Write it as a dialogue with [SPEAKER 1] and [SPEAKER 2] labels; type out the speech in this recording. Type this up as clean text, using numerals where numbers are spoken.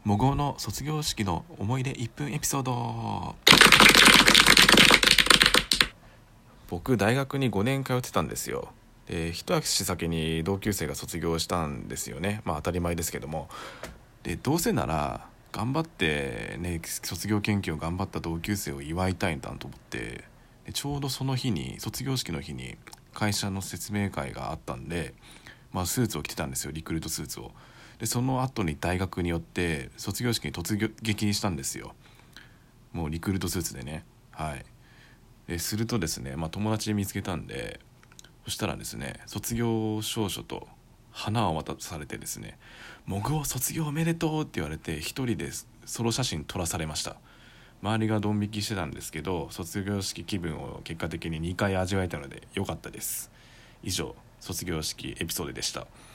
[SPEAKER 1] 模倣の卒業式の思い出1分エピソード。僕大学に5年通ってたんですよ。で一足先に同級生が卒業したんですよね。当たり前ですけども。でどうせなら頑張ってね、卒業研究を頑張った同級生を祝いたいなと思って、でちょうどその日に、卒業式の日に会社の説明会があったんで、スーツを着てたんですよ、リクルートスーツを。でその後に大学によって卒業式に突撃にしたんですよ、もうリクルートスーツでね。するとですね、友達で見つけたんで、そしたらですね、卒業証書と花を渡されてですね、モグを卒業おめでとうって言われて、一人でソロ写真撮らされました。周りがドン引きしてたんですけど、卒業式気分を結果的に2回味わえたので良かったです。以上、卒業式エピソードでした。